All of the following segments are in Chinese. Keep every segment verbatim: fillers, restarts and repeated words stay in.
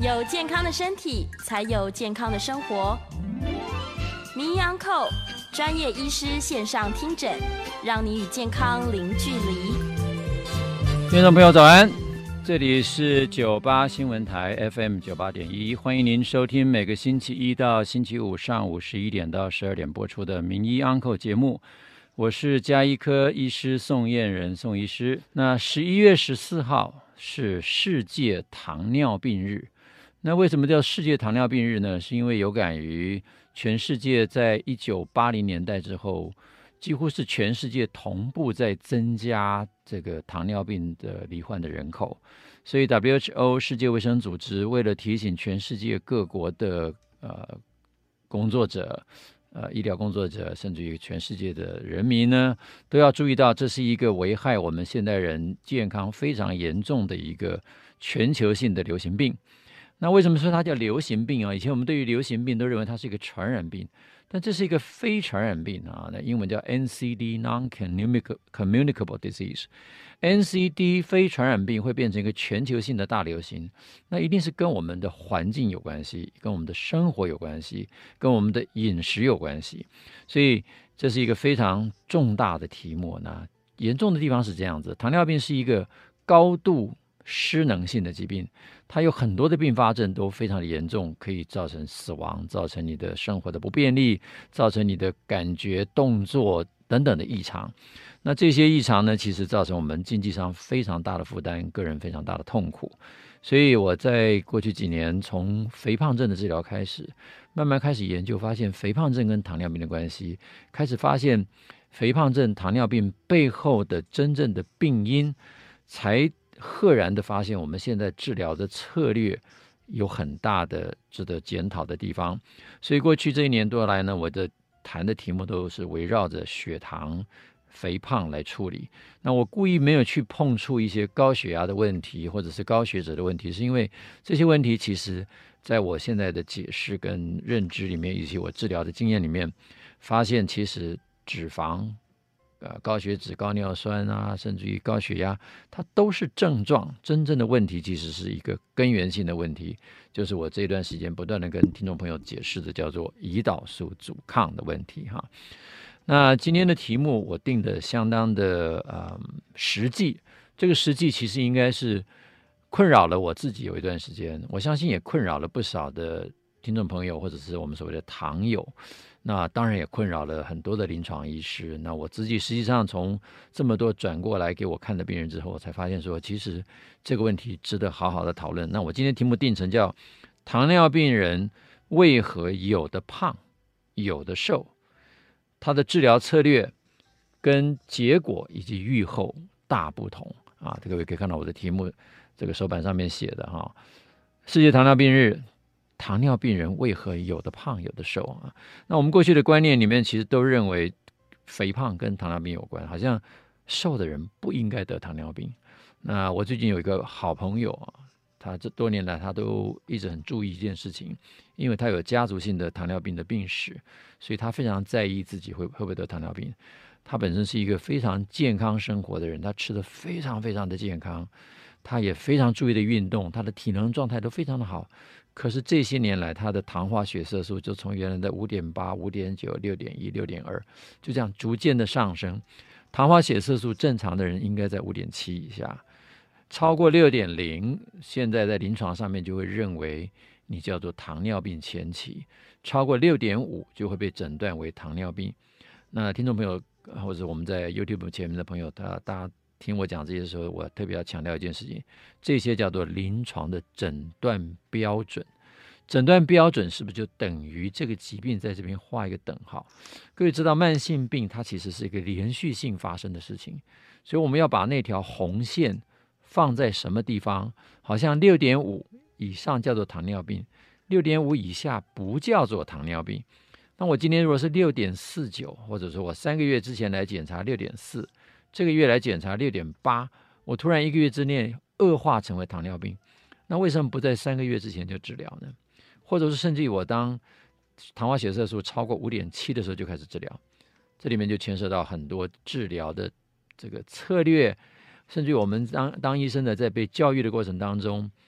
有健康的身体，才有健康的生活。名医 Uncle 专业医师线上听诊，让你与健康零距离。 听众朋友早安，这里是九八新闻台 F M 九八点一，欢迎您收听每个星期一到星期五上午十一点到十二点播出的名医 Uncle 节目。我是家医科医师宋燕人宋医师。那十一月十四号是世界糖尿病日。那为什么叫世界糖尿病日呢？是因为有感于全世界在一九八零年代之后，几乎是全世界同步在增加这个糖尿病的罹患的人口，所以 W H O 世界卫生组织为了提醒全世界各国的呃工作者、呃医疗工作者，甚至于全世界的人民呢，都要注意到这是一个危害我们现代人健康非常严重的一个全球性的流行病。那为什么说它叫流行病啊？以前我们对于流行病都认为它是一个传染病，但这是一个非传染病啊。那英文叫 N C D Non-Communicable Disease。N C D 非传染病会变成一个全球性的大流行，那一定是跟我们的环境有关系，跟我们的生活有关系，跟我们的饮食有关系。所以这是一个非常重大的题目。那严重的地方是这样子，糖尿病是一个高度失能性的疾病，它有很多的并发症都非常的严重，可以造成死亡，造成你的生活的不便利，造成你的感觉动作等等的异常。那这些异常呢，其实造成我们经济上非常大的负担，个人非常大的痛苦。所以我在过去几年从肥胖症的治疗开始，慢慢开始研究，发现肥胖症跟糖尿病的关系，开始发现肥胖症糖尿病背后的真正的病因，才赫然的发现我们现在治疗的策略有很大的值得检讨的地方。所以过去这一年多来呢，我的谈的题目都是围绕着血糖肥胖来处理。那我故意没有去碰触一些高血压的问题或者是高血脂的问题，是因为这些问题其实在我现在的解释跟认知里面，以及我治疗的经验里面，发现其实脂肪呃，高血脂、高尿酸啊，甚至于高血压，它都是症状。真正的问题其实是一个根源性的问题，就是我这段时间不断的跟听众朋友解释的，叫做胰岛素阻抗的问题哈。那今天的题目我定的相当的呃实际，这个实际其实应该是困扰了我自己有一段时间，我相信也困扰了不少的听众朋友，或者是我们所谓的糖友。那当然也困扰了很多的临床医师。那我自己实际上从这么多转过来给我看的病人之后，我才发现说，其实这个问题值得好好的讨论。那我今天题目定成叫糖尿病人为何有的胖有的瘦，它的治疗策略跟结果以及预后大不同啊。各位可以看到我的题目这个手板上面写的哈，世界糖尿病日，糖尿病人为何有的胖有的瘦啊？那我们过去的观念里面，其实都认为肥胖跟糖尿病有关，好像瘦的人不应该得糖尿病。那我最近有一个好朋友啊，他这多年来他都一直很注意一件事情，因为他有家族性的糖尿病的病史，所以他非常在意自己会会不会得糖尿病。他本身是一个非常健康生活的人，他吃得非常非常的健康，他也非常注意的运动，他的体能状态都非常的好。可是这些年来，他的糖化血色素就从原来的 五点八、五点九、六点一、六点二，就这样逐渐的上升。糖化血色素正常的人应该在 五点七 以下，超过 六点零， 现在在临床上面就会认为你叫做糖尿病前期，超过 六点五 就会被诊断为糖尿病。那听众朋友或者我们在 YouTube 前面的朋友，他大家听我讲这些时候，我特别要强调一件事情，这些叫做临床的诊断标准。诊断标准是不是就等于这个疾病在这边画一个等号？各位知道慢性病它其实是一个连续性发生的事情，所以我们要把那条红线放在什么地方？好像 六点五 以上叫做糖尿病， 六点五 以下不叫做糖尿病。那我今天如果是 六点四九， 或者说我三个月之前来检查 六点四，这个月来检查 六点八， 我突然一个月之内恶化成为糖尿病，那为什么不在三个月之前就治疗呢？或者是甚至于我当糖化血色素超过 五点七 的时候就开始治疗，这里面就牵涉到很多治疗的这个策略，甚至于我们当当医生的在被教育的过程当中，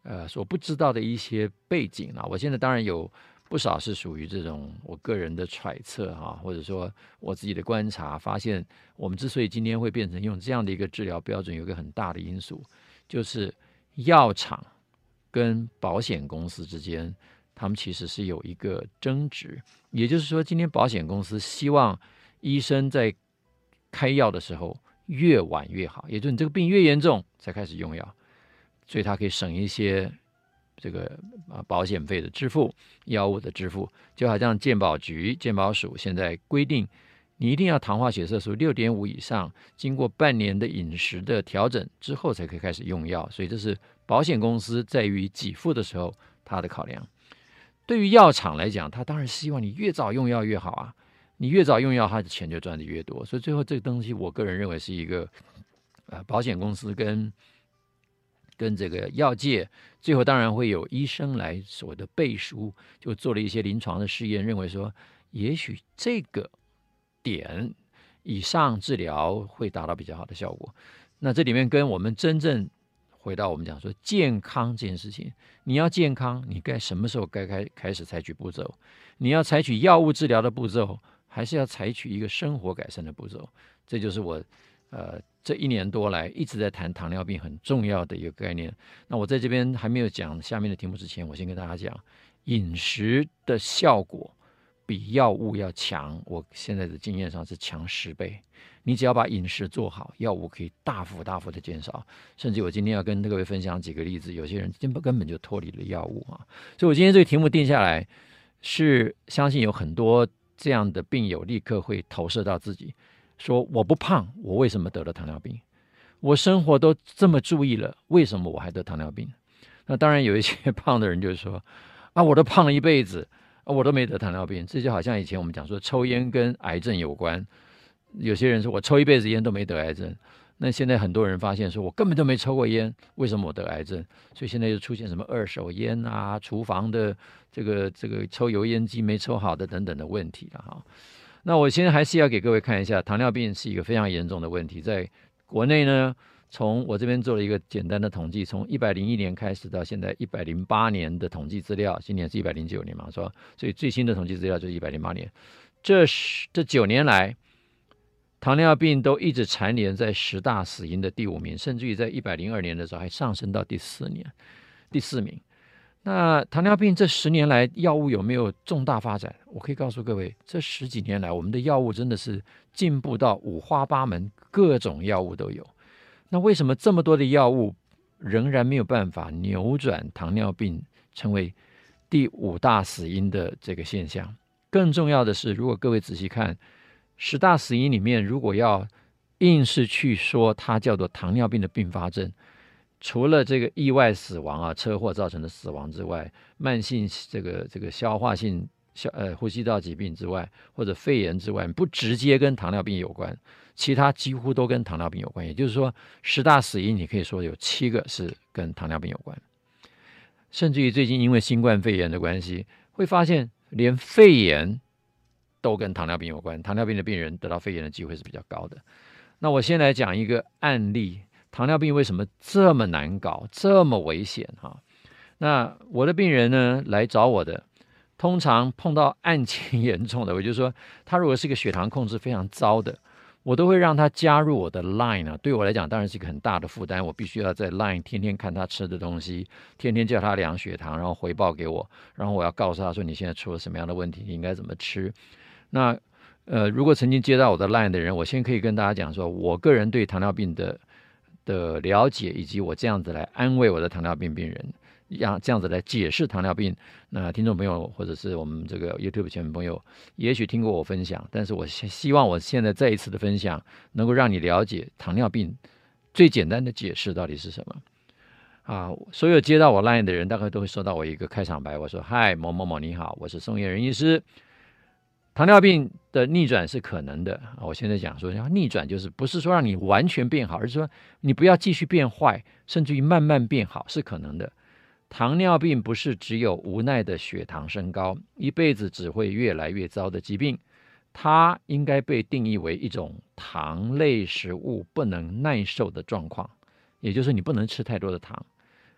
呃所不知道的一些背景啊。我现在当然有不少是属于这种我个人的揣测啊，或者说我自己的观察，发现我们之所以今天会变成用这样的一个治疗标准，有一个很大的因素，就是药厂跟保险公司之间，他们其实是有一个争执。也就是说，今天保险公司希望医生在开药的时候越晚越好，也就是你这个病越严重才开始用药，所以他可以省一些这个保险费的支付、药物的支付。就好像健保局、健保署现在规定，你一定要糖化血色素 六点五 以上，经过半年的饮食的调整之后才可以开始用药，所以这是保险公司在于给付的时候他的考量。对于药厂来讲，他当然希望你越早用药越好啊，你越早用药，他的钱就赚得越多。所以最后这个东西，我个人认为是一个呃保险公司跟跟这个药界，最后当然会有医生来所谓的背书，就做了一些临床的试验，认为说也许这个点以上治疗会达到比较好的效果。那这里面跟我们真正回到我们讲说健康这件事情，你要健康，你该什么时候该开开始采取步骤？你要采取药物治疗的步骤，还是要采取一个生活改善的步骤？这就是我呃这一年多来一直在谈糖尿病很重要的一个概念。那我在这边还没有讲下面的题目之前，我先跟大家讲，饮食的效果比药物要强，我现在的经验上是强十倍。你只要把饮食做好，药物可以大幅大幅的减少。甚至我今天要跟各位分享几个例子，有些人根本就脱离了药物啊。所以我今天这个题目定下来，是相信有很多这样的病友立刻会投射到自己，说我不胖，我为什么得了糖尿病？我生活都这么注意了，为什么我还得糖尿病？那当然有一些胖的人就是说啊，我都胖了一辈子，啊，我都没得糖尿病。这就好像以前我们讲说抽烟跟癌症有关，有些人说我抽一辈子烟都没得癌症，那现在很多人发现说我根本都没抽过烟，为什么我得癌症？所以现在就出现什么二手烟啊，厨房的这个这个抽油烟机没抽好的等等的问题了哈。那我现在还是要给各位看一下，糖尿病是一个非常严重的问题，在国内呢，从我这边做了一个简单的统计，从一百零一年开始到现在一百零八年的统计资料，今年是一百零九年嘛，说，所以最新的统计资料就是一百零八年。这这九年来，糖尿病都一直蝉联在十大死因的第五名，甚至于在一百零二年的时候还上升到第四年第四名。那糖尿病这十年来药物有没有重大发展？我可以告诉各位，这十几年来我们的药物真的是进步到五花八门，各种药物都有。那为什么这么多的药物仍然没有办法扭转糖尿病成为第五大死因的这个现象？更重要的是，如果各位仔细看十大死因里面，如果要硬是去说它叫做糖尿病的并发症，除了这个意外死亡啊、车祸造成的死亡之外，慢性这个这个消化性消呃呼吸道疾病之外，或者肺炎之外，不直接跟糖尿病有关，其他几乎都跟糖尿病有关。也就是说，十大死因你可以说有七个是跟糖尿病有关。甚至于最近因为新冠肺炎的关系，会发现连肺炎都跟糖尿病有关，糖尿病的病人得到肺炎的机会是比较高的。那我先来讲一个案例，糖尿病为什么这么难搞，这么危险哈？那我的病人呢来找我的，通常碰到案情严重的，我就说他如果是一个血糖控制非常糟的，我都会让他加入我的 Line 啊。对我来讲当然是一个很大的负担，我必须要在 Line 天天看他吃的东西，天天叫他量血糖，然后回报给我，然后我要告诉他说你现在出了什么样的问题，你应该怎么吃。那呃，如果曾经接到我的 Line 的人，我先可以跟大家讲说，我个人对糖尿病的的了解，以及我这样子来安慰我的糖尿病病人，让这样子来解释糖尿病。那听众朋友或者是我们这个 YouTube 前朋友，也许听过我分享，但是我希望我现在再一次的分享，能够让你了解糖尿病最简单的解释到底是什么。啊，所有接到我 Line 的人，大概都会收到我一个开场白，我说：嗨，某某某你好，我是宋彦仁医师。糖尿病的逆转是可能的，我现在讲说逆转就是不是说让你完全变好，而是说你不要继续变坏，甚至于慢慢变好是可能的。糖尿病不是只有无奈的血糖升高，一辈子只会越来越糟的疾病，它应该被定义为一种糖类食物不能耐受的状况，也就是你不能吃太多的糖。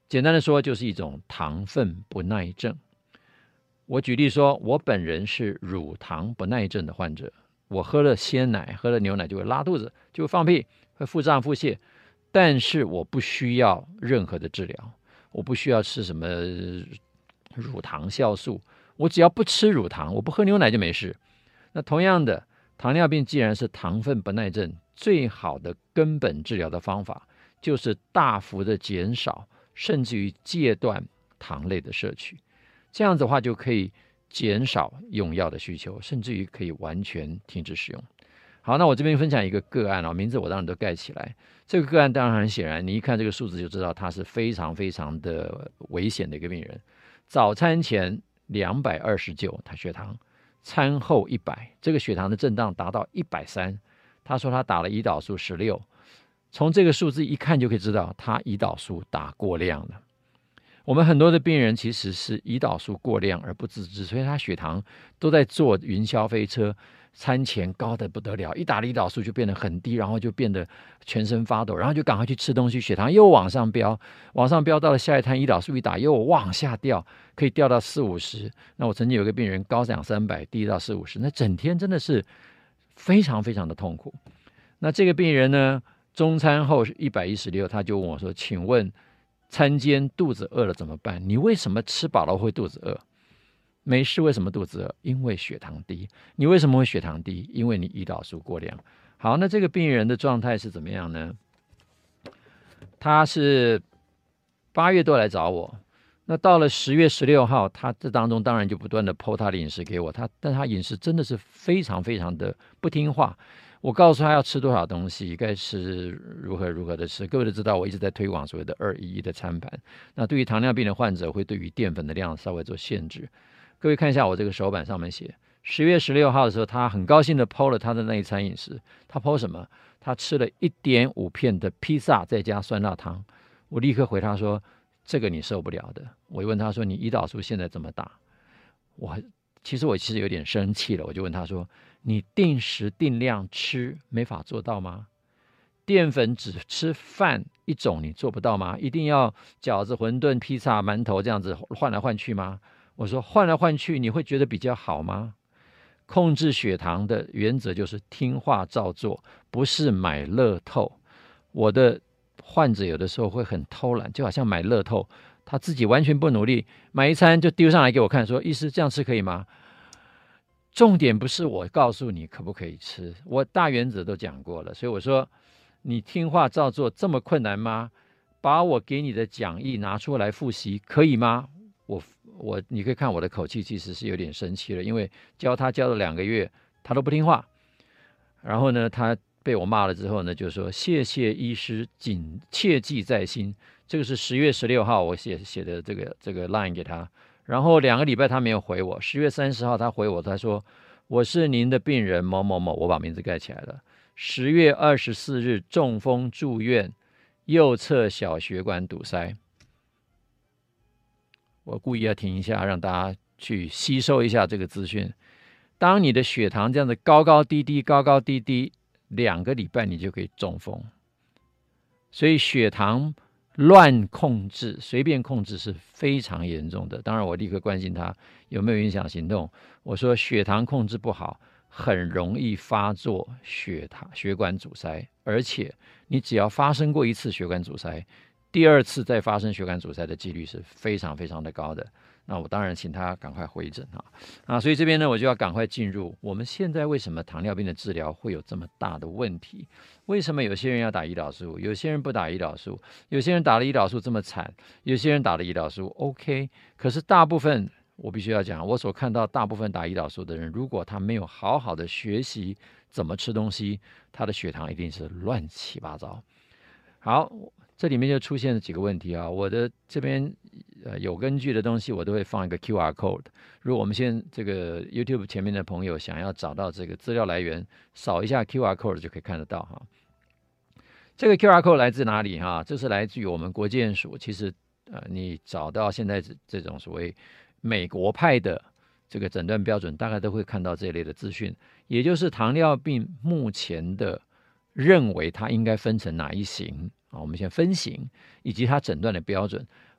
简单的说，就是一种糖分不耐症。我举例说，我本人是乳糖不耐症的患者，我喝了鲜奶，喝了牛奶就会拉肚子，就会放屁，会腹胀腹泻，但是我不需要任何的治疗，我不需要吃什么乳糖酵素，我只要不吃乳糖，我不喝牛奶就没事。那同样的，糖尿病既然是糖分不耐症，最好的根本治疗的方法就是大幅的减少，甚至于戒断糖类的摄取。这样子的话就可以减少用药的需求，甚至于可以完全停止使用。好，那我这边分享一个个案、哦、名字我当然都盖起来。这个个案当然很显然，你一看这个数字就知道他是非常非常的危险的一个病人。早餐前两百二十九，他血糖，餐后一百，这个血糖的震荡达到一百三十。他说他打了胰岛素十六，从这个数字一看就可以知道他胰岛素打过量了。我们很多的病人其实是胰岛素过量而不自知，所以他血糖都在坐云霄飞车，餐前高得不得了，一打胰岛素就变得很低，然后就变得全身发抖，然后就赶快去吃东西，血糖又往上飙，往上飙到了下一摊胰岛素一打又往下掉，可以掉到四五十。那我曾经有个病人高两三百，低到四五十，那整天真的是非常非常的痛苦。那这个病人呢，中餐后一百一十六，他就问我说，请问餐间肚子饿了怎么办？你为什么吃饱了会肚子饿？没事，为什么肚子饿？因为血糖低。你为什么会血糖低？因为你胰岛素过量。好，那这个病人的状态是怎么样呢？他是八月多来找我，那到了十月十六号，他这当中当然就不断的 po 他的饮食给我，他但他饮食真的是非常非常的不听话。我告诉他要吃多少东西，该吃如何如何的吃。各位都知道，我一直在推广所谓的二一一的餐盘。那对于糖尿病的患者，会对于淀粉的量稍微做限制。各位看一下我这个手板上面写，十月十六号的时候，他很高兴的 po 了他的那一餐饮食。他 po 什么？他吃了一点五片的披萨，再加酸辣汤。我立刻回他说，这个你受不了的。我问他说，你胰岛素现在这么大？我其实我其实有点生气了，我就问他说，你定时定量吃没法做到吗？淀粉只吃饭一种你做不到吗？一定要饺子、馄饨、披萨、馒头这样子换来换去吗？我说换来换去你会觉得比较好吗？控制血糖的原则就是听话照做，不是买乐透。我的患者有的时候会很偷懒，就好像买乐透，他自己完全不努力，买一餐就丢上来给我看，说医师这样吃可以吗？重点不是我告诉你可不可以吃，我大原则都讲过了，所以我说你听话照做这么困难吗？把我给你的讲义拿出来复习可以吗？我我你可以看我的口气其实是有点生气了，因为教他教了两个月他都不听话，然后呢他被我骂了之后呢，就说谢谢医师，谨切记在心。这个是十月十六号我写写的这个这个 line 给他，然后两个礼拜他没有回我。十月三十号他回我，他说我是您的病人某某某，我把名字盖起来了。十月二十四日中风住院，右侧小血管堵塞。我故意要停一下，让大家去吸收一下这个资讯。当你的血糖这样的高高低低高高低低，两个礼拜你就可以中风。所以血糖乱控制，随便控制是非常严重的。当然我立刻关心他有没有影响行动。我说血糖控制不好，很容易发作血糖血管阻塞，而且你只要发生过一次血管阻塞，第二次再发生血管阻塞的几率是非常非常的高的。那我当然请他赶快回诊啊啊！所以这边呢，我就要赶快进入我们现在为什么糖尿病的治疗会有这么大的问题？为什么有些人要打胰岛素，有些人不打胰岛素？有些人打了胰岛素这么惨，有些人打了胰岛素 OK， 可是大部分我必须要讲，我所看到大部分打胰岛素的人，如果他没有好好的学习怎么吃东西，他的血糖一定是乱七八糟。好。这里面就出现了几个问题啊！我的这边、呃、有根据的东西，我都会放一个 Q R code。如果我们现在这个 YouTube 前面的朋友想要找到这个资料来源，扫一下 Q R code 就可以看得到哈。这个 Q R code 来自哪里哈？这是来自于我们国健署。其实呃，你找到现在这种所谓美国派的这个诊断标准，大概都会看到这一类的资讯，也就是糖尿病目前的认为它应该分成哪一型。我们先分型以及它诊断的标准。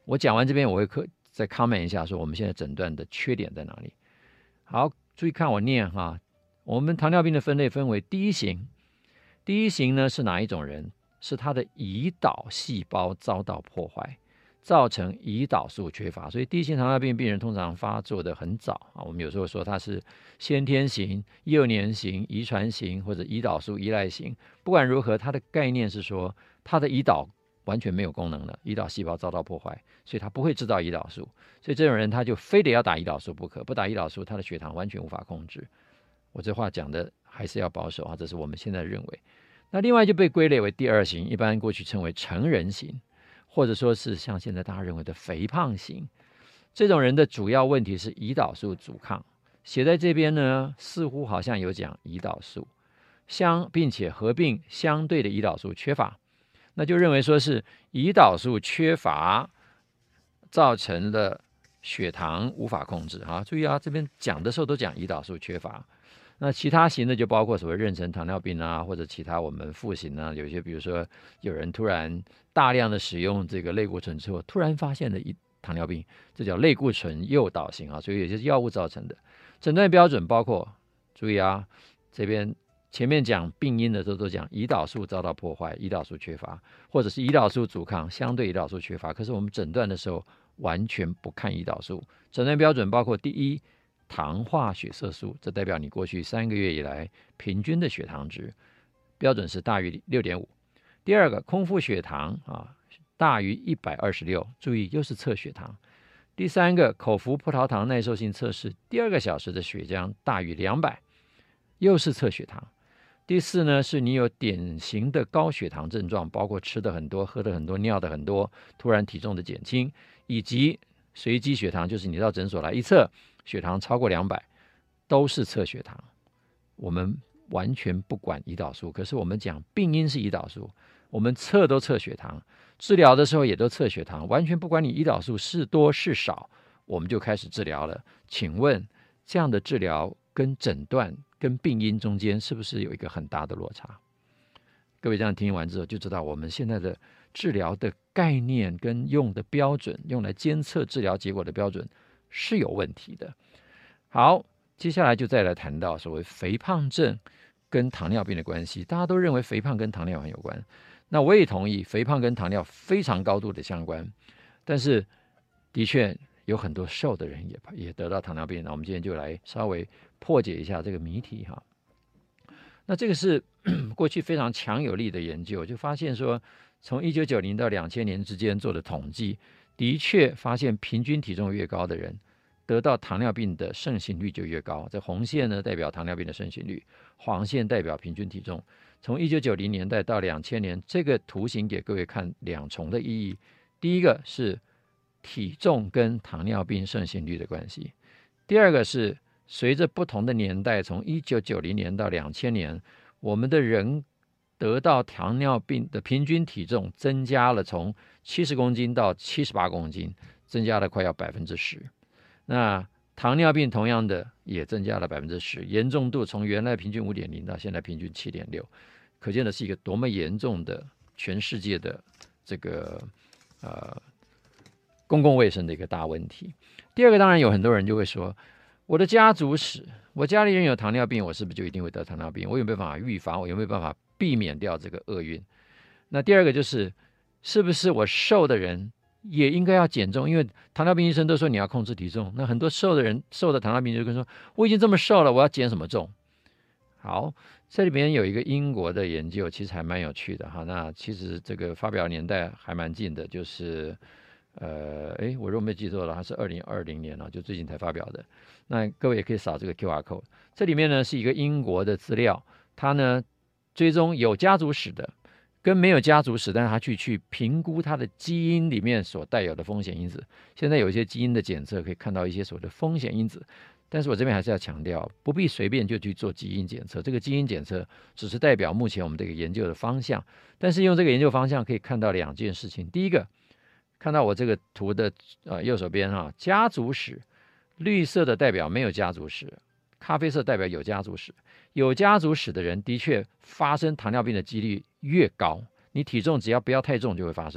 我讲完这边，我会再 comment 一下，说我们现在诊断的缺点在哪里。好，注意看我念哈。我们糖尿病的分类分为第一型，第一型呢是哪一种人？是他的胰岛细胞遭到破坏，造成胰岛素缺乏。所以第一型糖尿病病人通常发作的很早啊。我们有时候说他是先天型、幼年型、遗传型或者胰岛素依赖型。不管如何，它的概念是说他的胰岛完全没有功能了，胰岛细胞遭到破坏，所以他不会制造胰岛素。所以这种人他就非得要打胰岛素不可，不打胰岛素，他的血糖完全无法控制。我这话讲的还是要保守啊，这是我们现在认为。那另外就被归类为第二型，一般过去称为成人型，或者说是像现在大家认为的肥胖型。这种人的主要问题是胰岛素阻抗，写在这边呢，似乎好像有讲胰岛素相，并且合并相对的胰岛素缺乏，那就认为说是胰岛素缺乏造成了血糖无法控制啊。注意啊，这边讲的时候都讲胰岛素缺乏。那其他型的就包括所谓妊娠糖尿病啊，或者其他我们副型啊，有些比如说有人突然大量的使用这个类固醇之后，突然发现了一糖尿病，这叫类固醇诱导型啊，所以有些是药物造成的。诊断标准包括，注意啊，这边前面讲病因的时候都讲胰岛素遭到破坏，胰岛素缺乏，或者是胰岛素阻抗，相对胰岛素缺乏。可是我们诊断的时候完全不看胰岛素。诊断标准包括第一，糖化血色素，这代表你过去三个月以来平均的血糖值，标准是大于 六点五。 第二个，空腹血糖啊大于一百二十六，注意又是测血糖。第三个，口服葡萄糖耐受性测试，第二个小时的血浆大于两百，又是测血糖。第四呢，是你有典型的高血糖症状，包括吃的很多、喝的很多、尿的很多，突然体重的减轻，以及随机血糖，就是你到诊所来一测血糖超过两百，都是测血糖。我们完全不管胰岛素，可是我们讲病因是胰岛素，我们测都测血糖，治疗的时候也都测血糖，完全不管你胰岛素是多是少，我们就开始治疗了。请问这样的治疗跟诊断跟病因中间是不是有一个很大的落差？各位这样听完之后就知道我们现在的治疗的概念跟用的标准，用来监测治疗结果的标准是有问题的。好，接下来就再来谈到所谓肥胖症跟糖尿病的关系。大家都认为肥胖跟糖尿很有关，那我也同意肥胖跟糖尿非常高度的相关，但是的确有很多瘦的人 也, 也得到糖尿病。那我们今天就来稍微破解一下这个谜题哈。那这个是过去非常强有力的研究，就发现说从一九九零到两千年之间做的统计，的确发现平均体重越高的人得到糖尿病的盛行率就越高。这红线呢代表糖尿病的盛行率，黄线代表平均体重。从一九九零年代到两千年，这个图形给各位看两重的意义。第一个是体重跟糖尿病盛行率的关系，第二个是随着不同的年代，从一九九零年到两千年，我们的人得到糖尿病的平均体重增加了，从七十公斤到七十八公斤，增加了快要百分之十。那糖尿病同样的也增加了百分之十，严重度从原来平均五点零到现在平均七点六，可见的是一个多么严重的全世界的这个呃公共卫生的一个大问题。第二个，当然有很多人就会说，我的家族史，我家里人有糖尿病，我是不是就一定会得糖尿病？我有没有办法预防？我有没有办法避免掉这个厄运？那第二个就是，是不是我瘦的人也应该要减重？因为糖尿病医生都说你要控制体重，那很多瘦的人，瘦的糖尿病就跟说，我已经这么瘦了，我要减什么重？好，这里边有一个英国的研究，其实还蛮有趣的哈。那其实这个发表年代还蛮近的，就是呃，哎，我如果没记错了，它是二零二零年了，就最近才发表的。那各位也可以扫这个 Q R code， 这里面呢是一个英国的资料，它呢追踪有家族史的跟没有家族史，但是它去去评估它的基因里面所带有的风险因子。现在有一些基因的检测可以看到一些所谓的风险因子，但是我这边还是要强调，不必随便就去做基因检测。这个基因检测只是代表目前我们这个研究的方向，但是用这个研究方向可以看到两件事情。第一个，看到我这个图的、呃、右手边哈，家族史，绿色的代表没有家族史，咖啡色代表有家族史。有家族史的人的确发生糖尿病的几率越高，你体重只要不要太重就会发生。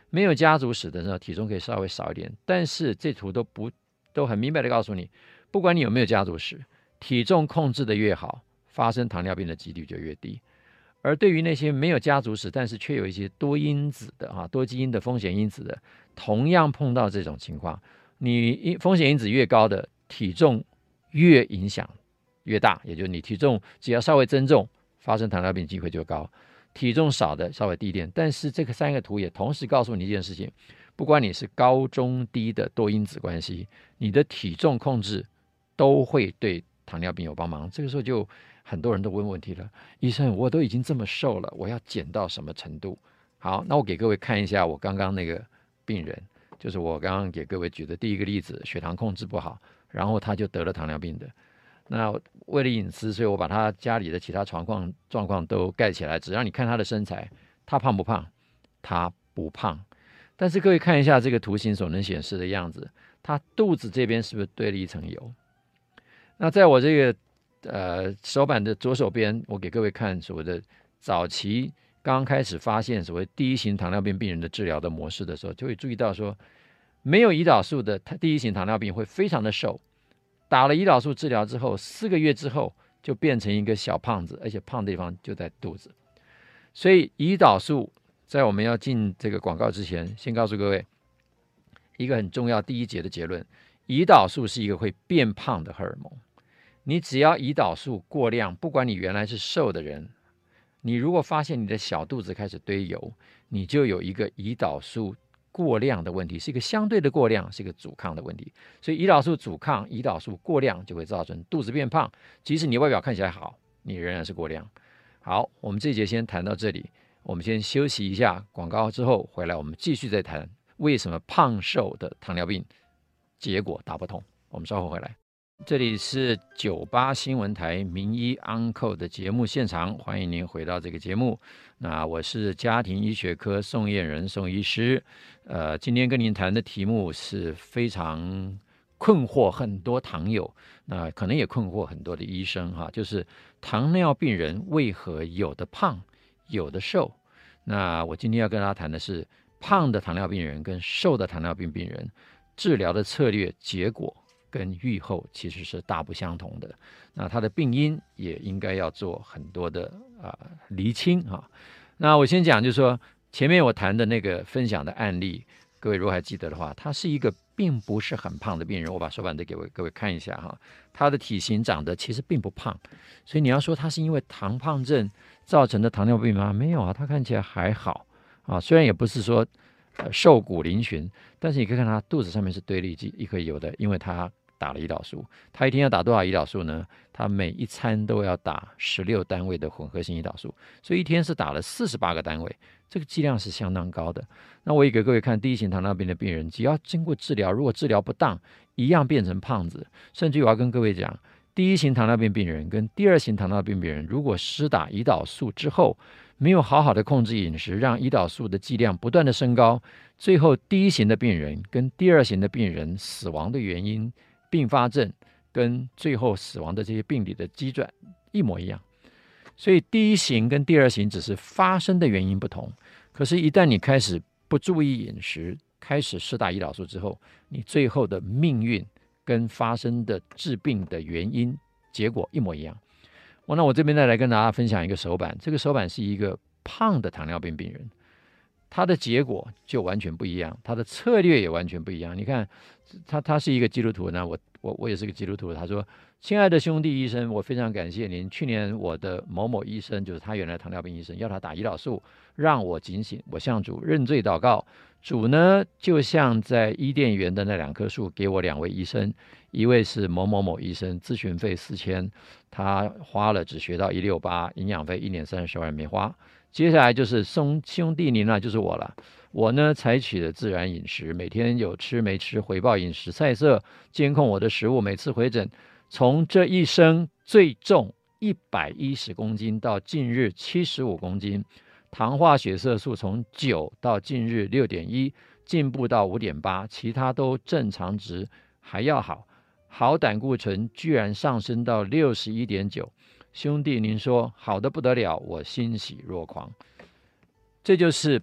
没有家族史的时候，体重可以稍微少一点，但是这图都不都很明白的告诉你，不管你有没有家族史，体重控制的越好，发生糖尿病的几率就越低。而对于那些没有家族史，但是却有一些多因子的啊多基因的风险因子的，同样碰到这种情况，你风险因子越高的，体重越影响越大，也就是你体重只要稍微增重，发生糖尿病机会就高。体重少的稍微低一点，但是这个三个图也同时告诉你一件事情，不管你是高中低的多因子关系，你的体重控制都会对糖尿病有帮忙。这个时候就很多人都问问题了，医生，我都已经这么瘦了，我要减到什么程度？好，那我给各位看一下我刚刚那个病人，就是我刚刚给各位举的第一个例子，血糖控制不好，然后他就得了糖尿病的。那为了隐私，所以我把他家里的其他状况状况都盖起来，只让你看他的身材。他胖不胖？他不胖。但是各位看一下这个图形所能显示的样子，他肚子这边是不是堆了一层油？那在我这个呃手板的左手边，我给各位看所谓的早期刚开始发现所谓第一型糖尿病病人的治疗的模式的时候，就会注意到说，没有胰岛素的第一型糖尿病会非常的瘦。打了胰岛素治疗之后，四个月之后就变成一个小胖子，而且胖的地方就在肚子。所以胰岛素在我们要进这个广告之前，先告诉各位一个很重要第一节的结论：胰岛素是一个会变胖的荷尔蒙。你只要胰岛素过量，不管你原来是瘦的人，你如果发现你的小肚子开始堆油，你就有一个胰岛素过量的问题，是一个相对的过量，是一个阻抗的问题。所以胰岛素阻抗，胰岛素过量就会造成肚子变胖，即使你外表看起来好，你仍然是过量。好，我们这节先谈到这里，我们先休息一下，广告之后回来我们继续再谈为什么胖瘦的糖尿病结果大不同。我们稍后回来。这里是九八新闻台名医 Uncle 的节目现场，欢迎您回到这个节目。那我是家庭医学科宋燕仁宋医师，呃，今天跟您谈的题目是非常困惑很多糖友，那可能也困惑很多的医生哈，就是糖尿病人为何有的胖，有的瘦？那我今天要跟大家谈的是胖的糖尿病人跟瘦的糖尿病病人治疗的策略结果跟预后其实是大不相同的，那它的病因也应该要做很多的、呃、厘清哈。那我先讲，就是说前面我谈的那个分享的案例，各位如果还记得的话，他是一个并不是很胖的病人，我把手板再给各位看一下哈，他的体型长得其实并不胖，所以你要说他是因为糖胖症造成的糖尿病吗？没有啊，他看起来还好啊，虽然也不是说、呃、瘦骨嶙峋，但是你可以看他肚子上面是堆了一颗油的，因为他打了胰岛素。他一天要打多少胰岛素呢？他每一餐都要打十六单位的混合性胰岛素，所以一天是打了四十八个单位，这个剂量是相当高的。那我也给各位看第一型糖尿病的病人，只要经过治疗，如果治疗不当，一样变成胖子。甚至我要跟各位讲，第一型糖尿病病人跟第二型糖尿病病人，如果施打胰岛素之后，没有好好的控制饮食，让胰岛素的剂量不断的升高，最后第一型的病人跟第二型的病人死亡的原因、并发症跟最后死亡的这些病理的机转一模一样。所以第一型跟第二型只是发生的原因不同，可是一旦你开始不注意饮食，开始施打胰岛素之后，你最后的命运跟发生的治病的原因结果一模一样。那我这边再来跟大家分享一个手板，这个手板是一个胖的糖尿病病人，他的结果就完全不一样，他的策略也完全不一样。你看他他是一个基督徒呢，我我我也是个基督徒。他说：“亲爱的兄弟医生，我非常感谢您。去年我的某某医生，就是他原来糖尿病医生，要他打胰岛素，让我警醒，我向主认罪祷告。主呢，就像在伊甸园的那两棵树，给我两位医生，一位是某某某医生，咨询费四千，他花了只学到一六八，营养费一年三十万没花。接下来就是兄兄弟您了，就是我了。我呢，采取了自然饮食，每天有吃没吃回报饮食菜色，监控我的食物，每次回诊，从这一生最重一百一十公斤到近日七十五公斤，糖化血色素从九到近日六点一，进步到五点八，其他都正常值，还要好。好胆固醇居然上升到六十一点九，兄弟您说好的不得了，我欣喜若狂。这就是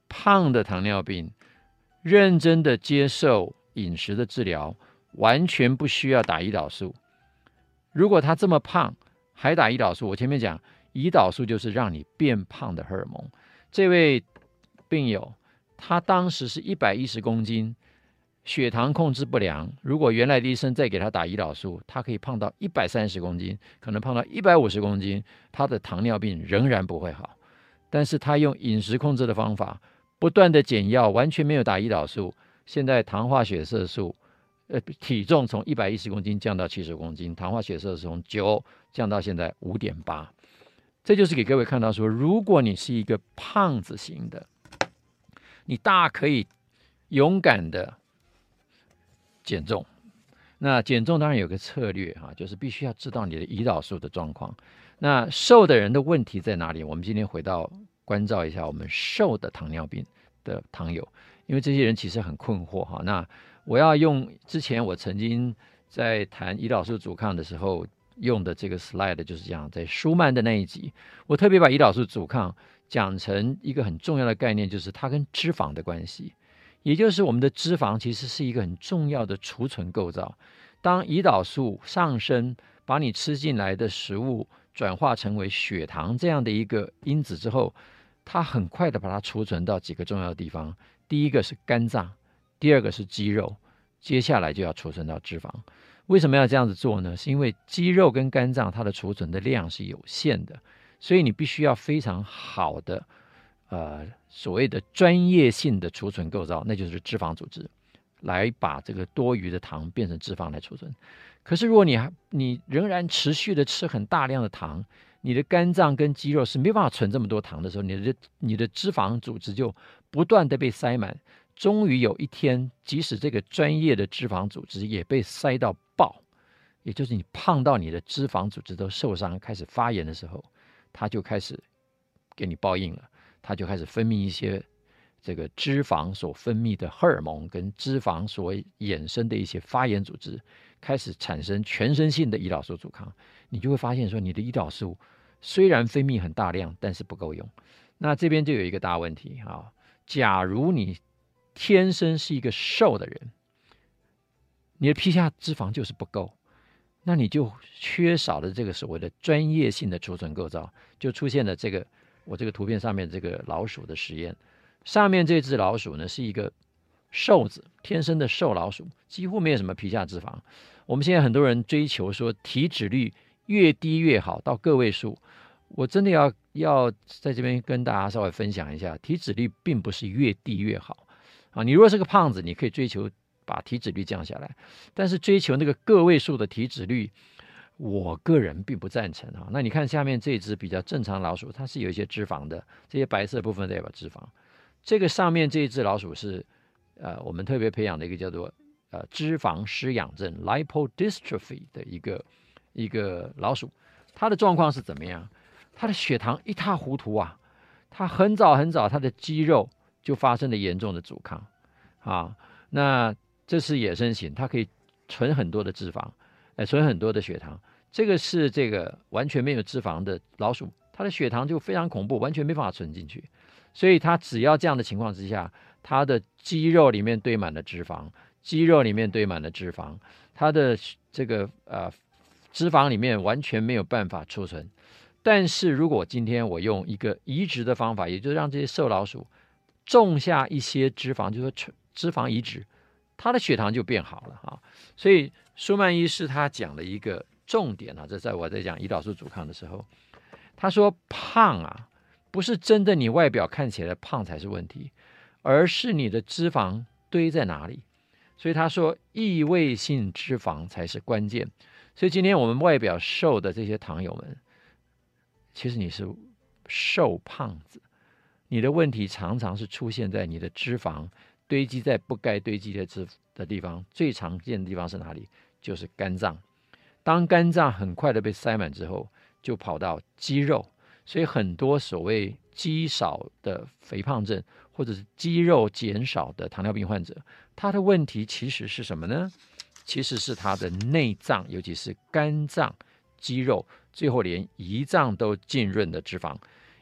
胖的糖尿病认真的接受饮食的治疗，完全不需要打胰岛素。如果他这么胖还打胰岛素，我前面讲胰岛素就是让你变胖的荷尔蒙。这位病友他当时是一百一十公斤，血糖控制不良，如果原来的医生再给他打胰岛素，他可以胖到一百三十公斤，可能胖到一百五十公斤，他的糖尿病仍然不会好。但是他用饮食控制的方法，不断的减药，完全没有打胰岛素，现在糖化血色素呃，体重从一百一十公斤降到七十公斤，糖化血色素从九降到现在 五点八。 这就是给各位看到说，如果你是一个胖子型的，你大可以勇敢的减重。那减重当然有个策略、啊、就是必须要知道你的胰岛素的状况。那瘦的人的问题在哪里？我们今天回到关照一下我们瘦的糖尿病的糖友，因为这些人其实很困惑哈。那我要用之前我曾经在谈胰岛素阻抗的时候用的这个 slide， 就是讲在舒曼的那一集，我特别把胰岛素阻抗讲成一个很重要的概念，就是它跟脂肪的关系。也就是我们的脂肪其实是一个很重要的储存构造。当胰岛素上升，把你吃进来的食物转化成为血糖这样的一个因子之后，它很快的把它储存到几个重要的地方。第一个是肝脏，第二个是肌肉，接下来就要储存到脂肪。为什么要这样子做呢？是因为肌肉跟肝脏它的储存的量是有限的，所以你必须要非常好的呃所谓的专业性的储存构造，那就是脂肪组织，来把这个多余的糖变成脂肪来储存。可是如果你你仍然持续的吃很大量的糖，你的肝脏跟肌肉是没办法存这么多糖的时候，你的你的脂肪组织就不断的被塞满，终于有一天，即使这个专业的脂肪组织也被塞到爆，也就是你胖到你的脂肪组织都受伤开始发炎的时候，它就开始给你报应了，它就开始分泌一些这个脂肪所分泌的荷尔蒙跟脂肪所衍生的一些发炎组织，开始产生全身性的胰岛素阻抗。你就会发现说，你的胰岛素虽然分泌很大量，但是不够用。那这边就有一个大问题啊，假如你天生是一个瘦的人，你的皮下脂肪就是不够，那你就缺少了这个所谓的专业性的储存构造，就出现了这个我这个图片上面这个老鼠的实验。上面这只老鼠呢是一个瘦子，天生的瘦老鼠，几乎没有什么皮下脂肪。我们现在很多人追求说体脂率越低越好，到个位数。我真的要要在这边跟大家稍微分享一下，体脂率并不是越低越好啊。你如果是个胖子，你可以追求把体脂率降下来，但是追求那个个位数的体脂率，我个人并不赞成啊。那你看下面这只比较正常老鼠，它是有一些脂肪的，这些白色部分代表脂肪。这个上面这一只老鼠是呃我们特别培养的一个叫做呃脂肪失养症 lipodystrophy 的一个一个老鼠。它的状况是怎么样？它的血糖一塌糊涂啊！它很早很早，它的肌肉就发生了严重的阻抗啊。那这是野生型，它可以存很多的脂肪，呃，存很多的血糖。这个是这个完全没有脂肪的老鼠，它的血糖就非常恐怖，完全没办法存进去。所以它只要这样的情况之下，它的肌肉里面堆满了脂肪，肌肉里面堆满了脂肪，它的这个呃脂肪里面完全没有办法储存。但是如果今天我用一个移植的方法，也就是让这些瘦老鼠种下一些脂肪，就是说脂肪移植，它的血糖就变好了啊。所以舒曼医师他讲了一个重点啊，这在我在讲胰岛素阻抗的时候，他说胖啊，不是真的你外表看起来胖才是问题，而是你的脂肪堆在哪里。所以他说异位性脂肪才是关键。所以今天我们外表瘦的这些糖友们，其实你是瘦胖子，你的问题常常是出现在你的脂肪堆积在不该堆积的脂的地方。最常见的地方是哪里？就是肝脏。当肝脏很快的被塞满之后，就跑到肌肉。所以很多所谓肌少的肥胖症，或者是肌肉减少的糖尿病患者，他的问题其实是什么呢？其实是他的内脏，尤其是肝脏、肌肉，最后连胰脏都浸润的脂肪。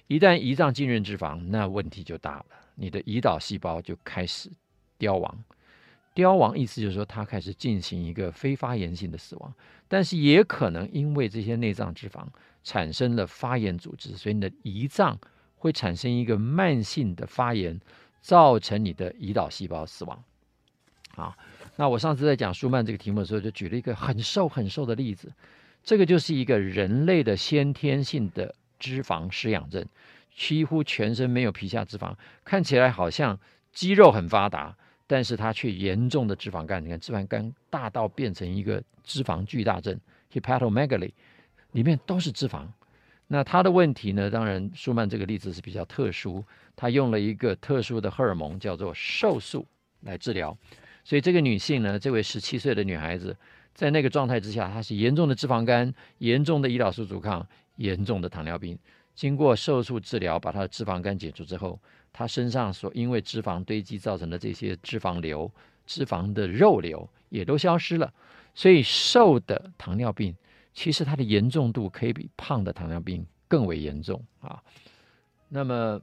一旦胰脏浸润脂肪，那问题就大了，你的胰岛细胞就开始凋亡。凋亡意思就是说它开始进行一个非发炎性的死亡，但是也可能因为这些内脏脂肪产生了发炎组织，所以你的胰脏会产生一个慢性的发炎，造成你的胰岛细胞死亡。好，那我上次在讲舒曼这个题目的时候，就举了一个很瘦很瘦的例子，这个就是一个人类的先天性的脂肪失养症，几乎全身没有皮下脂肪，看起来好像肌肉很发达，但是它却严重的脂肪肝，你看脂肪肝大到变成一个脂肪巨大症 hepatomegaly， 里面都是脂肪。那它的问题呢，当然舒曼这个例子是比较特殊，他用了一个特殊的荷尔蒙叫做瘦素来治疗，所以这个女性呢，这位十七岁的女孩子在那个状态之下，她是严重的脂肪肝，严重的胰岛素阻抗，严重的糖尿病。经过瘦素治疗把她的脂肪肝解除之后，他身上所因为脂肪堆积造成的这些脂肪瘤、脂肪的肉瘤也都消失了，所以瘦的糖尿病其实它的严重度可以比胖的糖尿病更为严重啊。那么，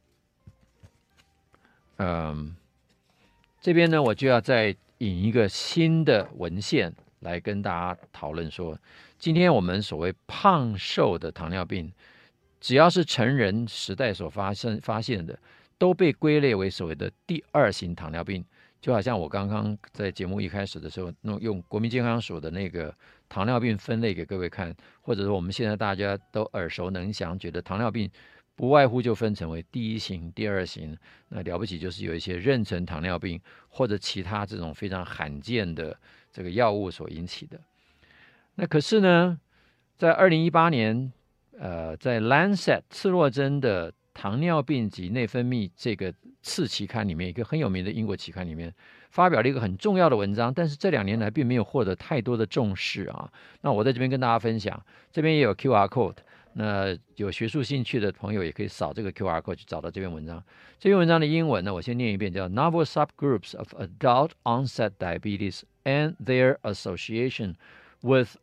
嗯，这边呢，我就要再引一个新的文献来跟大家讨论说，今天我们所谓胖瘦的糖尿病，只要是成人时代所发生发现的，都被归类为所谓的第二型糖尿病。就好像我刚刚在节目一开始的时候用国民健康署的那个糖尿病分类给各位看，或者说我们现在大家都耳熟能详，觉得糖尿病不外乎就分成为第一型、第二型，那了不起就是有一些妊娠糖尿病或者其他这种非常罕见的这个药物所引起的。那可是呢，在二零一八年呃，在 Lancet 刺络针的糖尿病及内分泌这个次期刊里面，一个很有名的英国期刊里面发表了一个很重要的文章，但是这两年来并没有获得太多的重视啊。那我在这边跟大家分享，这边也有 Q R code， 那有学术兴趣的朋友也可以扫这个 Q R code 去找到这篇文章。这篇文章的英文呢，我先念一遍，叫 Novel Subgroups of Adult Onset Diabetes and Their Association with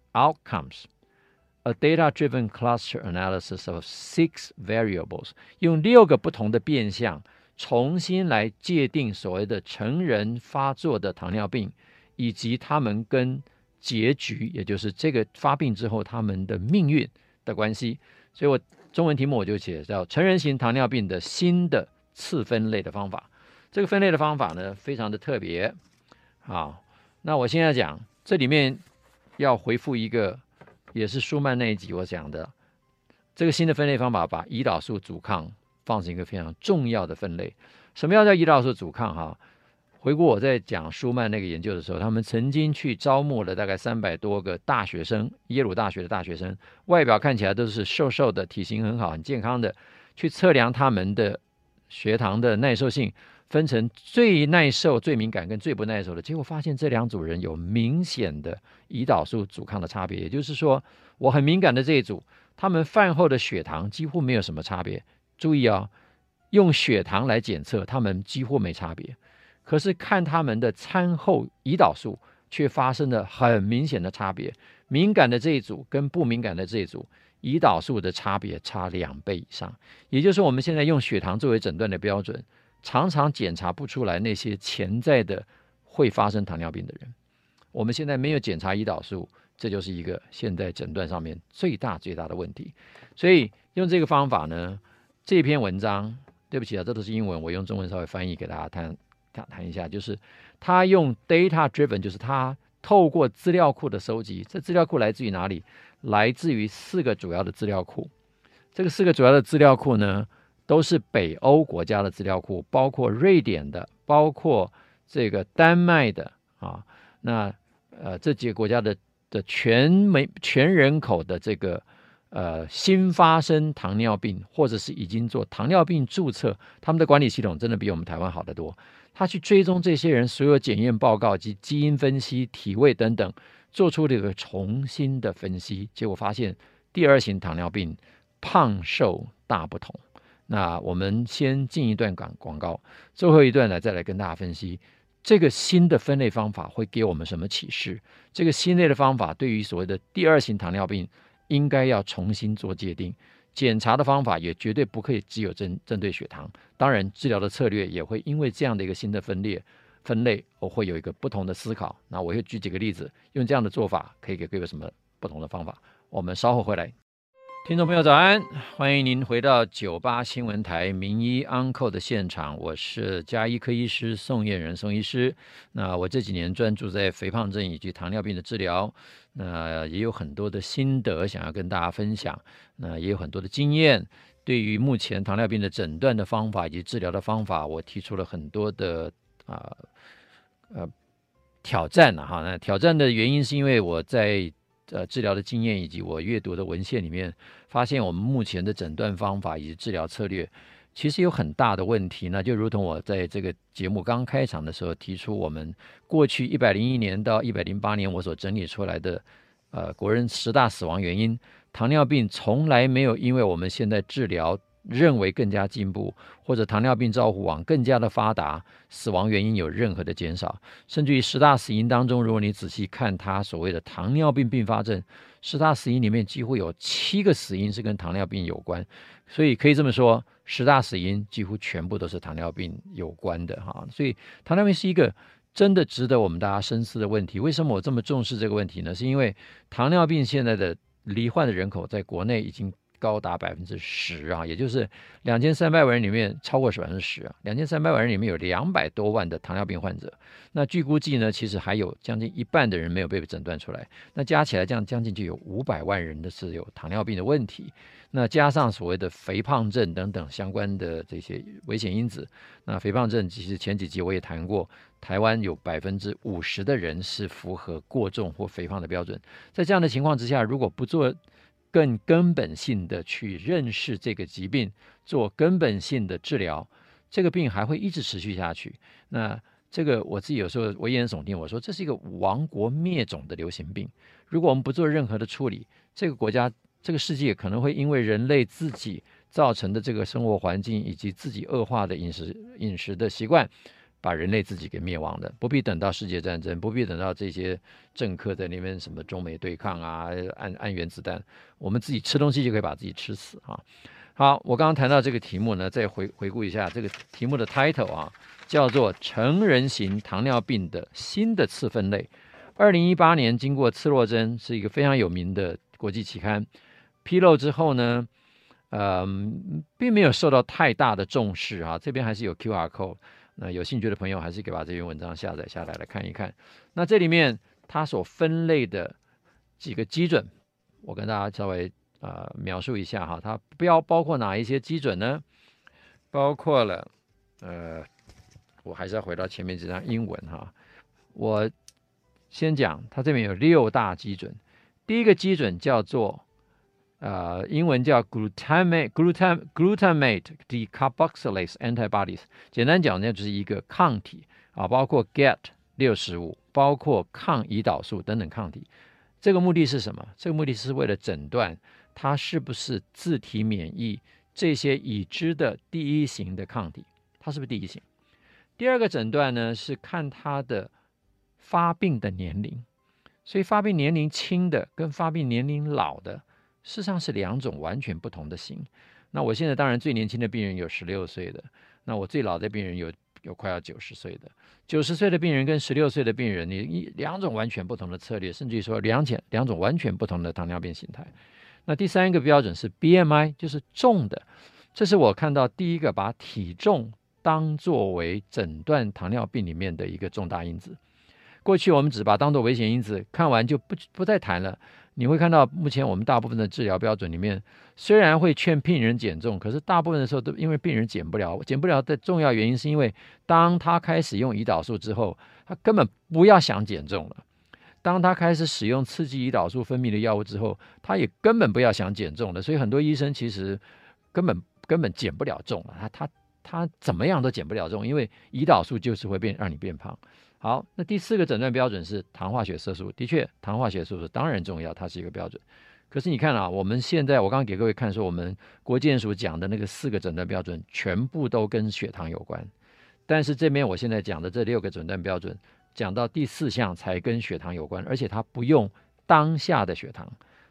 Outcomes，A data-driven cluster analysis of six variables， 用六个不同的变项重新来界定所谓的成人发作的糖尿病，以及他们跟结局，也就是这个发病之后他们的命运的关系。所以我中文题目我就写叫成人型糖尿病的新的次分类的方法。这个分类的方法呢，非常的特别。好，那我现在讲这里面要回复一个也是舒曼那一集我讲的，这个新的分类方法把胰岛素阻抗放成一个非常重要的分类。什么叫胰岛素阻抗？哈，回顾我在讲舒曼那个研究的时候，他们曾经去招募了大概三百多个大学生，耶鲁大学的大学生，外表看起来都是瘦瘦的，体型很好，很健康的，去测量他们的血糖的耐受性，分成最耐受、最敏感跟最不耐受的，结果发现这两组人有明显的胰岛素阻抗的差别。也就是说，我很敏感的这一组，他们饭后的血糖几乎没有什么差别。注意啊，用血糖来检测，他们几乎没差别。可是看他们的餐后胰岛素，却发生了很明显的差别。敏感的这一组跟不敏感的这一组，胰岛素的差别差两倍以上。也就是说，我们现在用血糖作为诊断的标准，常常检查不出来那些潜在的会发生糖尿病的人。我们现在没有检查胰岛素，这就是一个现在诊断上面最大最大的问题。所以用这个方法呢，这篇文章，对不起啊，这都是英文，我用中文稍微翻译给大家谈谈谈一下，就是他用 data driven， 就是他透过资料库的收集，这资料库来自于哪里？来自于四个主要的资料库。这个四个主要的资料库呢，都是北欧国家的资料库，包括瑞典的，包括这个丹麦的啊，那呃这几个国家的的全美全人口的这个呃新发生糖尿病或者是已经做糖尿病注册，他们的管理系统真的比我们台湾好得多。他去追踪这些人所有检验报告及基因分析、体位等等，做出了一个重新的分析，结果发现第二型糖尿病胖瘦大不同。那我们先进一段广告，最后一段来再来跟大家分析这个新的分类方法会给我们什么启示。这个新类的方法对于所谓的第二型糖尿病应该要重新做界定。 检查的方法也绝对不可以只有针针对血糖，当然治疗的策略也会因为这样的一个新的分裂分类，我会有一个不同的思考。那我会举几个例子，用这样的做法可以给各位什么不同的方法。我们稍后回来。听众朋友早安，欢迎您回到九八新闻台名医 Uncle 的现场，我是家医科医师宋彦仁宋医师。那我这几年专注在肥胖症以及糖尿病的治疗，那也有很多的心得想要跟大家分享，那也有很多的经验。对于目前糖尿病的诊断的方法以及治疗的方法，我提出了很多的啊 呃, 呃挑战啊哈。那挑战的原因是因为我在呃，治疗的经验以及我阅读的文献里面，发现我们目前的诊断方法以及治疗策略其实有很大的问题。那就如同我在这个节目刚开场的时候提出，我们过去一百零一年到一百零八年我所整理出来的呃国人十大死亡原因，糖尿病从来没有因为我们现在治疗认为更加进步，或者糖尿病照护网更加的发达，死亡原因有任何的减少。甚至于十大死因当中，如果你仔细看它所谓的糖尿病并发症，十大死因里面几乎有七个死因是跟糖尿病有关，所以可以这么说，十大死因几乎全部都是糖尿病有关的哈。所以糖尿病是一个真的值得我们大家深思的问题。为什么我这么重视这个问题呢？是因为糖尿病现在的罹患的人口在国内已经高达百分之十啊，也就是两千三百万人里面超过百分之十啊，两千三百万人里面有两百多万的糖尿病患者。那据估计呢，其实还有将近一半的人没有被诊断出来。那加起来这样将近就有五百万人的是有糖尿病的问题。那加上所谓的肥胖症等等相关的这些危险因子，那肥胖症其实前几集我也谈过，台湾有百分之五十的人是符合过重或肥胖的标准。在这样的情况之下，如果不做更根本性的去认识这个疾病，做根本性的治疗，这个病还会一直持续下去。那这个我自己有时候危言耸听，我说这是一个亡国灭种的流行病。如果我们不做任何的处理，这个国家这个世界可能会因为人类自己造成的这个生活环境以及自己恶化的饮食饮食的习惯，把人类自己给灭亡的。不必等到世界战争，不必等到这些政客在那边什么中美对抗啊，按按原子弹，我们自己吃东西就可以把自己吃死啊。好，我刚刚谈到这个题目呢，再回回顾一下这个题目的 title 啊，叫做成人型糖尿病的新的次分类。二零一八年经过刺洛针是一个非常有名的国际期刊披露之后呢，呃，并没有受到太大的重视啊。这边还是有 Q R code。那有兴趣的朋友还是可以把这篇文章下载下来来看一看。那这里面它所分类的几个基准，我跟大家稍微、呃、描述一下哈。它标包括哪一些基准呢？包括了呃，我还是要回到前面这张英文哈。我先讲，它这边有六大基准。第一个基准叫做呃，英文叫 glutamate glutam glutamate decarboxylase antibodies， 简单讲呢，就是一个抗体啊，包括 G A T 六十五，包括抗胰岛素等等抗体。这个目的是什么？这个目的是为了诊断它是不是自体免疫这些已知的第一型的抗体，它是不是第一型？第二个诊断呢，是看它的发病的年龄。所以发病年龄轻的跟发病年龄老的，事实上是两种完全不同的型。那我现在当然最年轻的病人有十六岁的，那我最老的病人有有快要九十岁的。九十岁的病人跟十六岁的病人，你两种完全不同的策略，甚至于说两种两种完全不同的糖尿病形态。那第三个标准是 B M I， 就是重的。这是我看到第一个把体重当作为诊断糖尿病里面的一个重大因子。过去我们只把当作危险因子，看完就不不再谈了。你会看到目前我们大部分的治疗标准里面，虽然会劝病人减重，可是大部分的时候都因为病人减不了，减不了的重要原因是因为当他开始用胰岛素之后，他根本不要想减重了。当他开始使用刺激胰岛素分泌的药物之后，他也根本不要想减重了。所以很多医生其实根本根本减不了重了，他他他怎么样都减不了重，因为胰岛素就是会变让你变胖。好，那第四个诊断标准是糖化血色素。的确，糖化血色素当然重要，它是一个标准。可是你看啊，我们现在我刚刚给各位看说，我们国健署讲的那个四个诊断标准，全部都跟血糖有关。但是这边我现在讲的这六个诊断标准，讲到第四项才跟血糖有关，而且它不用当下的血糖，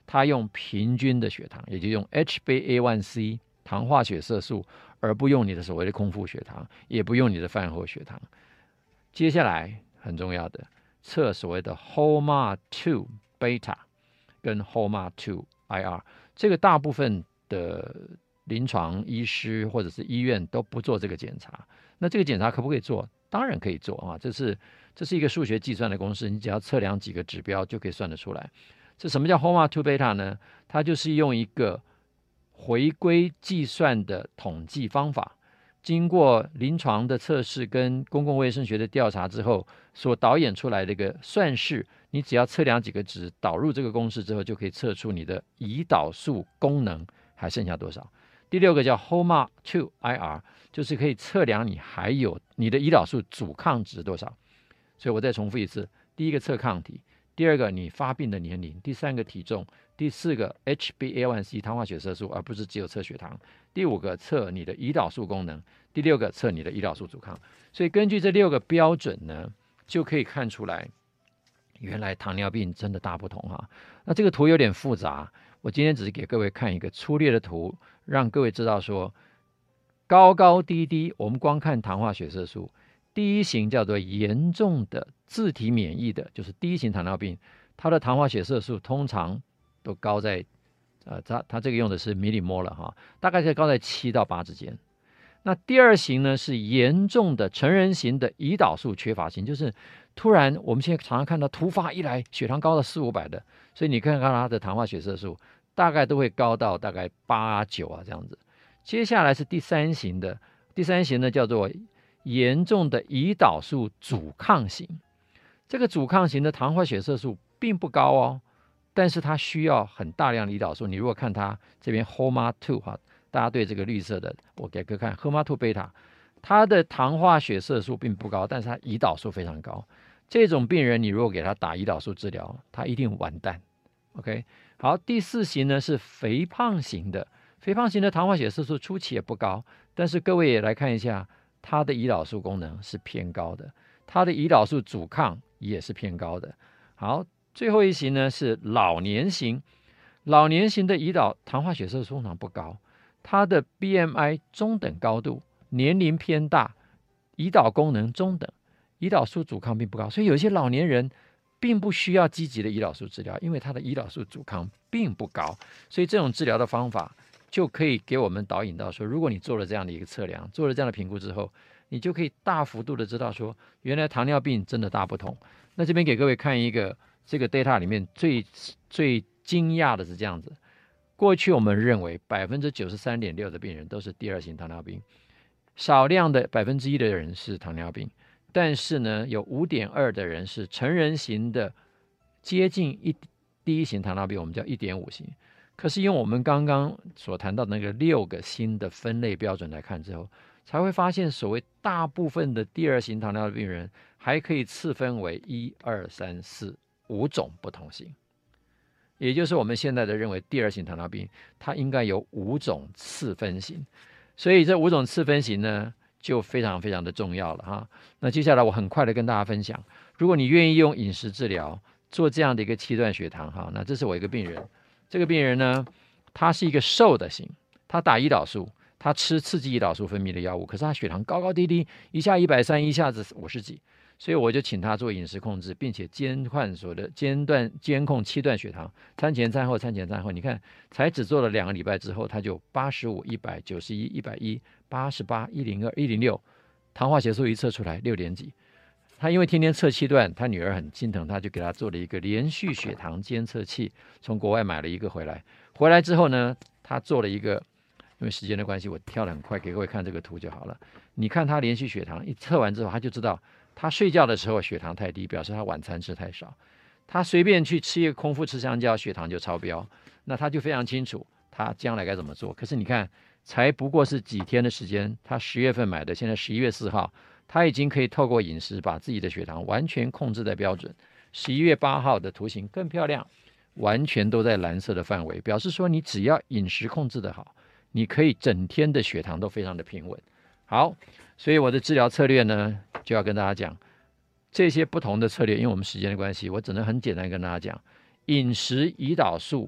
他用平均的血糖，也就用 H b A one C 糖化血色素，而不用你的所谓的空腹血糖，也不用你的饭后血糖。接下来很重要的，测所谓的 H O M A 二 beta 跟 H O M A 二 I R， 这个大部分的临床医师或者是医院都不做这个检查。那这个检查可不可以做？当然可以做啊，这是这是一个数学计算的公式，你只要测量几个指标就可以算得出来。这什么叫 H O M A 二 beta 呢？它就是用一个回归计算的统计方法，经过临床的测试跟公共卫生学的调查之后所导演出来的一个算式，你只要测量几个值，导入这个公式之后，就可以测出你的胰岛素功能还剩下多少。第六个叫 H O M A 二 I R， 就是可以测量你还有你的胰岛素阻抗值多少。所以我再重复一次，第一个测抗体，第二个你发病的年龄，第三个体重，第四个 H b A one C 糖化血色素，而不是只有测血糖，第五个测你的胰岛素功能，第六个测你的胰岛素阻抗。所以根据这六个标准呢，就可以看出来原来糖尿病真的大不同哈。那这个图有点复杂，我今天只是给各位看一个粗略的图，让各位知道说高高低低，我们光看糖化血色素，第一型叫做严重的自体免疫的，就是第一型糖尿病，它的糖化血色素通常都高在呃，它它这个用的是 millimolar 哈，大概是高在七到八之间。那第二型呢是严重的成人型的胰岛素缺乏型，就是突然我们现在常常看到突发一来血糖高到四五百的，所以你看看它的糖化血色素大概都会高到大概八九啊这样子。接下来是第三型的，第三型呢叫做严重的胰岛素阻抗型，这个阻抗型的糖化血色素并不高哦，但是它需要很大量的胰岛素。你如果看它这边 H O M A 二 哈，大家对这个绿色的，我给各位看 H O M A 二 beta， 它的糖化血色素并不高，但是它胰岛素非常高。这种病人你如果给他打胰岛素治疗，他一定完蛋。OK， 好，第四型呢是肥胖型的，肥胖型的糖化血色素初期也不高，但是各位也来看一下，它的胰岛素功能是偏高的，它的胰岛素阻抗也是偏高的。好，最后一型呢是老年型，老年型的胰岛糖化血色素通常不高，它的 B M I 中等高度，年龄偏大，胰岛功能中等，胰岛素阻抗并不高，所以有些老年人并不需要积极的胰岛素治疗，因为他的胰岛素阻抗并不高，所以这种治疗的方法就可以给我们导引到说，如果你做了这样的一个测量，做了这样的评估之后，你就可以大幅度的知道说，原来糖尿病真的大不同。那这边给各位看一个这个 data 里面最最惊讶的是这样子，过去我们认为 百分之九十三点六 的病人都是第二型糖尿病，少量的 百分之一 的人是糖尿病，但是呢有 五点二 的人是成人型的接近一第一型糖尿病，我们叫 一点五 型。可是用我们刚刚所谈到的那个六个新的分类标准来看之后，才会发现所谓大部分的第二型糖尿病人还可以次分为一二三四五种不同型，也就是我们现在的认为第二型糖尿病它应该有五种次分型，所以这五种次分型呢就非常非常的重要了哈。那接下来我很快的跟大家分享，如果你愿意用饮食治疗做这样的一个七段血糖哈，那这是我一个病人，这个病人呢他是一个瘦的型，他打胰岛素，他吃刺激胰岛素分泌的药物，可是他血糖高高低低，一下一百三，一下子五十几，所以我就请他做饮食控制，并且监控所的间断监控七段血糖，餐前餐后餐前餐后，你看才只做了两个礼拜之后，他就八十五、一百、九十一、一百一、八十八、一零二、一零六，糖化血素一测出来六点几。他因为天天测七段，他女儿很心疼，他就给他做了一个连续血糖监测器，从国外买了一个回来。回来之后呢，他做了一个，因为时间的关系，我跳得很快，给各位看这个图就好了。你看他连续血糖一测完之后，他就知道他睡觉的时候血糖太低，表示他晚餐吃太少。他随便去吃一个空腹吃香蕉，血糖就超标。那他就非常清楚他将来该怎么做。可是你看，才不过是几天的时间，他十月份买的，现在十一月四号。他已经可以透过饮食把自己的血糖完全控制在标准。十一月八号的图形更漂亮，完全都在蓝色的范围，表示说你只要饮食控制得好，你可以整天的血糖都非常的平稳。好，所以我的治疗策略呢，就要跟大家讲这些不同的策略。因为我们时间的关系，我只能很简单跟大家讲，饮食、胰岛素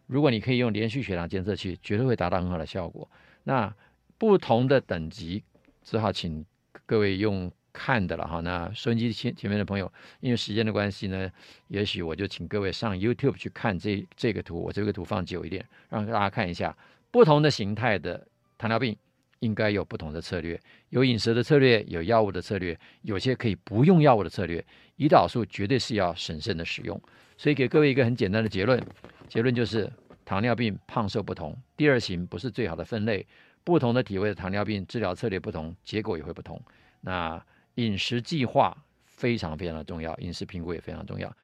如果你可以用连续血糖监测器，绝对会达到很好的效果。那不同的等级，只好请各位用看的了哈。那收音机前前面的朋友，因为时间的关系呢，也许我就请各位上 YouTube 去看这这个图，我这个图放久一点，让大家看一下不同的形态的糖尿病应该有不同的策略，有饮食的策略，有药物的策略，有些可以不用药物的策略。胰岛素绝对是要审慎的使用。所以给各位一个很简单的结论，结论就是糖尿病胖瘦不同，第二型不是最好的分类，不同的体位的糖尿病治疗策略不同，结果也会不同。那饮食计划非常非常的重要，饮食评估也非常重要。